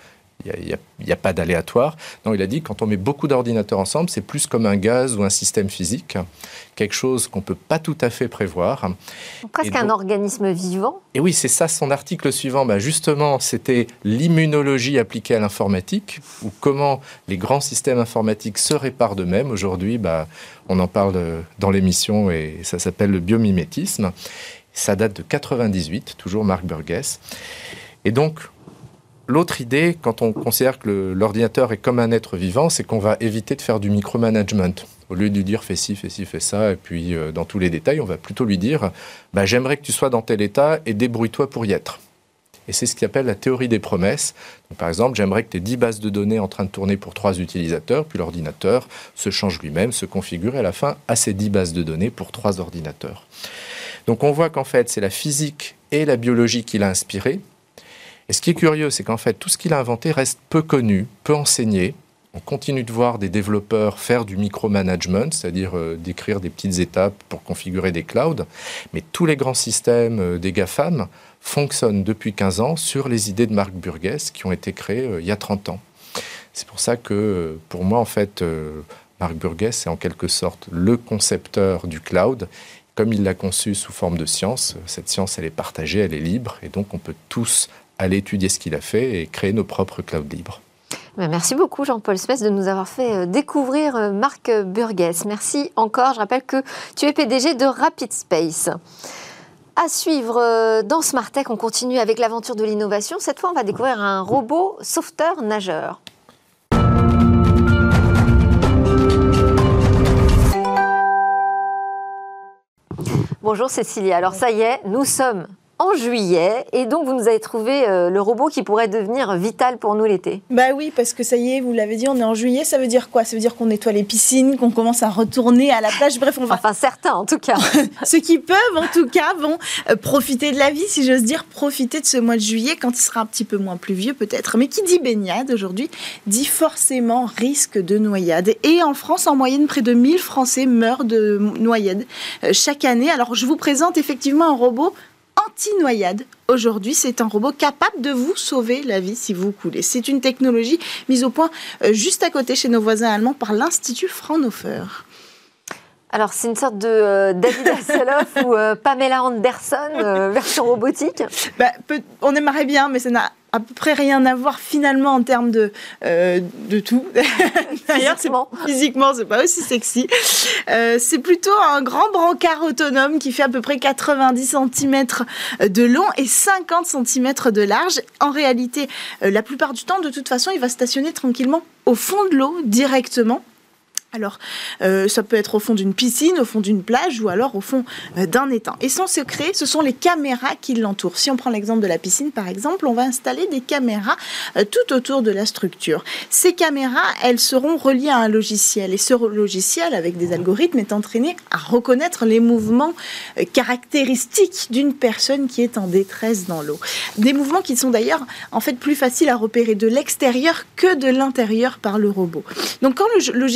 il n'y a, a, a pas d'aléatoire. Non, il a dit quand on met beaucoup d'ordinateurs ensemble, c'est plus comme un gaz ou un système physique, quelque chose qu'on ne peut pas tout à fait prévoir. Presque donc, un organisme vivant. Et oui, c'est ça son article suivant. Ben justement, c'était l'immunologie appliquée à l'informatique, ou comment les grands systèmes informatiques se réparent d'eux-mêmes. Aujourd'hui, ben, on en parle dans l'émission et ça s'appelle le biomimétisme. Ça date de quatre-vingt-dix-huit, toujours Marc Burgess. Et donc, l'autre idée, quand on considère que le, l'ordinateur est comme un être vivant, c'est qu'on va éviter de faire du micromanagement. Au lieu de lui dire « fais ci, fais ci, fais ça », et puis euh, dans tous les détails, on va plutôt lui dire bah, « j'aimerais que tu sois dans tel état et débrouille-toi pour y être ». Et c'est ce qu'il appelle la théorie des promesses. Donc, par exemple, j'aimerais que tu aies dix bases de données en train de tourner pour trois utilisateurs, puis l'ordinateur se change lui-même, se configure, et à la fin, a ces dix bases de données pour trois ordinateurs. Donc on voit qu'en fait, c'est la physique et la biologie qui l'a inspiré. Et ce qui est curieux, c'est qu'en fait, tout ce qu'il a inventé reste peu connu, peu enseigné. On continue de voir des développeurs faire du micromanagement, c'est-à-dire euh, d'écrire des petites étapes pour configurer des clouds. Mais tous les grands systèmes euh, des GAFAM fonctionnent depuis quinze ans sur les idées de Marc Burgess qui ont été créées euh, il y a trente ans. C'est pour ça que, euh, pour moi, en fait, euh, Marc Burgess est en quelque sorte le concepteur du cloud. Comme il l'a conçu sous forme de science, cette science, elle est partagée, elle est libre, et donc on peut tous aller étudier ce qu'il a fait et créer nos propres clouds libres. Merci beaucoup Jean-Paul Spes de nous avoir fait découvrir Marc Burgess. Merci encore. Je rappelle que tu es P D G de Rapid Space. À suivre dans Smart Tech, on continue avec l'aventure de l'innovation. Cette fois, on va découvrir un robot sauveteur nageur. Bonjour Cécilia. Alors ça y est, nous sommes en juillet, et donc vous nous avez trouvé euh, le robot qui pourrait devenir vital pour nous l'été. Bah oui, parce que ça y est, vous l'avez dit, on est en juillet, ça veut dire quoi? Ça veut dire qu'on nettoie les piscines, qu'on commence à retourner à la plage, bref, on va... Enfin, certains en tout cas. Ceux qui peuvent, en tout cas, vont euh, profiter de la vie, si j'ose dire, profiter de ce mois de juillet, quand il sera un petit peu moins pluvieux peut-être. Mais qui dit baignade aujourd'hui, dit forcément risque de noyade. Et en France, en moyenne, près de mille Français meurent de noyade euh, chaque année. Alors, je vous présente effectivement un robot anti-noyade. Aujourd'hui, c'est un robot capable de vous sauver la vie si vous coulez. C'est une technologie mise au point euh, juste à côté chez nos voisins allemands par l'Institut Fraunhofer. Alors, c'est une sorte de euh, David Hasselhoff ou euh, Pamela Anderson, euh, version robotique. Bah, peut, on aimerait bien, mais ça n'a à peu près rien à voir finalement en termes de, euh, de tout. D'ailleurs, physiquement, c'est, physiquement, c'est pas aussi sexy. Euh, c'est plutôt un grand brancard autonome qui fait à peu près quatre-vingt-dix centimètres de long et cinquante centimètres de large. En réalité, euh, la plupart du temps, de toute façon, il va stationner tranquillement au fond de l'eau directement. Alors, euh, ça peut être au fond d'une piscine, au fond d'une plage ou alors au fond euh, d'un étang. Et son secret, ce sont les caméras qui l'entourent. Si on prend l'exemple de la piscine, par exemple, on va installer des caméras euh, tout autour de la structure. Ces caméras, elles seront reliées à un logiciel. Et ce logiciel, avec des algorithmes, est entraîné à reconnaître les mouvements euh, caractéristiques d'une personne qui est en détresse dans l'eau. Des mouvements qui sont d'ailleurs, en fait, plus faciles à repérer de l'extérieur que de l'intérieur par le robot. Donc, quand le logiciel a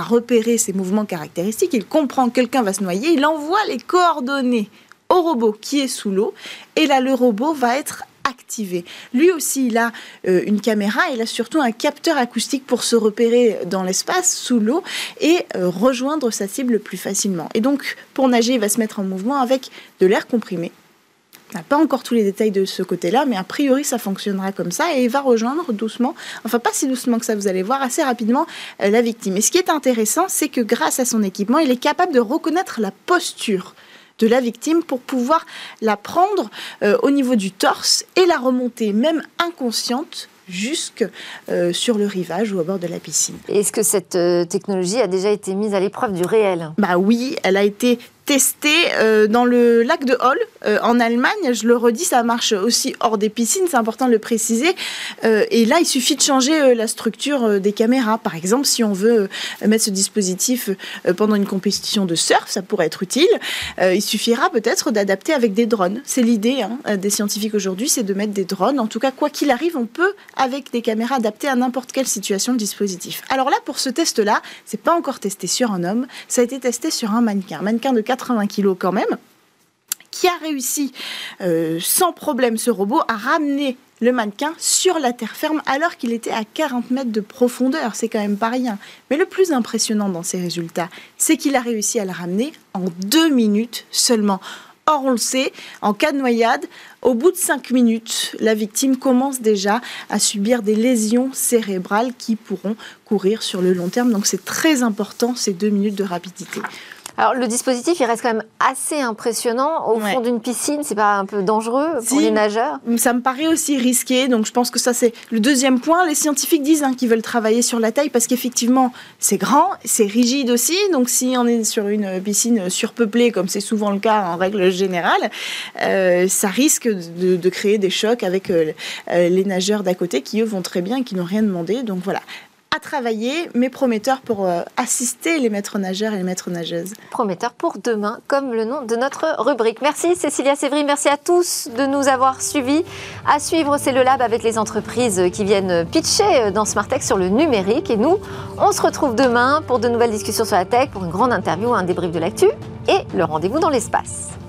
repérer ces mouvements caractéristiques, il comprend que quelqu'un va se noyer, il envoie les coordonnées au robot qui est sous l'eau, et là, le robot va être activé. Lui aussi, il a euh, une caméra, il a surtout un capteur acoustique pour se repérer dans l'espace, sous l'eau, et euh, rejoindre sa cible plus facilement. Et donc, pour nager, il va se mettre en mouvement avec de l'air comprimé. On n'a pas encore tous les détails de ce côté-là, mais a priori, ça fonctionnera comme ça, et il va rejoindre doucement, enfin pas si doucement que ça, vous allez voir, assez rapidement, euh, la victime. Et ce qui est intéressant, c'est que grâce à son équipement, il est capable de reconnaître la posture de la victime pour pouvoir la prendre euh, au niveau du torse et la remonter, même inconsciente, jusque euh, sur le rivage ou à bord de la piscine. Est-ce que cette euh, technologie a déjà été mise à l'épreuve du réel ? Bah oui, elle a été testée euh, dans le lac de Hol, euh, en Allemagne. Je le redis, ça marche aussi hors des piscines, c'est important de le préciser. Euh, et là, il suffit de changer euh, la structure euh, des caméras. Par exemple, si on veut euh, mettre ce dispositif euh, pendant une compétition de surf, ça pourrait être utile. Euh, il suffira peut-être d'adapter avec des drones. C'est l'idée hein, des scientifiques aujourd'hui, c'est de mettre des drones. En tout cas, quoi qu'il arrive, on peut, avec des caméras, adapter à n'importe quelle situation le dispositif. Alors là, pour ce test-là, c'est pas encore testé sur un homme, ça a été testé sur un mannequin. Un mannequin de quatre-vingts kilos quand même, qui a réussi euh, sans problème, ce robot, à ramener le mannequin sur la terre ferme alors qu'il était à quarante mètres de profondeur. C'est quand même pas rien. Mais le plus impressionnant dans ces résultats, c'est qu'il a réussi à le ramener en deux minutes seulement. Or, on le sait, en cas de noyade, au bout de cinq minutes, la victime commence déjà à subir des lésions cérébrales qui pourront courir sur le long terme. Donc, c'est très important, ces deux minutes de rapidité. Alors, le dispositif, il reste quand même assez impressionnant. Au ouais. fond d'une piscine, c'est pas un peu dangereux pour si, les nageurs ? Ça me paraît aussi risqué. Donc, je pense que ça, c'est le deuxième point. Les scientifiques disent hein, qu'ils veulent travailler sur la taille parce qu'effectivement, c'est grand, c'est rigide aussi. Donc, si on est sur une piscine surpeuplée, comme c'est souvent le cas en règle générale, euh, ça risque de, de créer des chocs avec euh, les nageurs d'à côté qui, eux, vont très bien et qui n'ont rien demandé. Donc, voilà. À travailler, mais prometteur pour euh, assister les maîtres nageurs et les maîtres nageuses. Prometteur pour demain, comme le nom de notre rubrique. Merci Cécilia Sévry, merci à tous de nous avoir suivis. À suivre, c'est le Lab avec les entreprises qui viennent pitcher dans Smartech sur le numérique. Et nous, on se retrouve demain pour de nouvelles discussions sur la tech, pour une grande interview, un débrief de l'actu et le rendez-vous dans l'espace.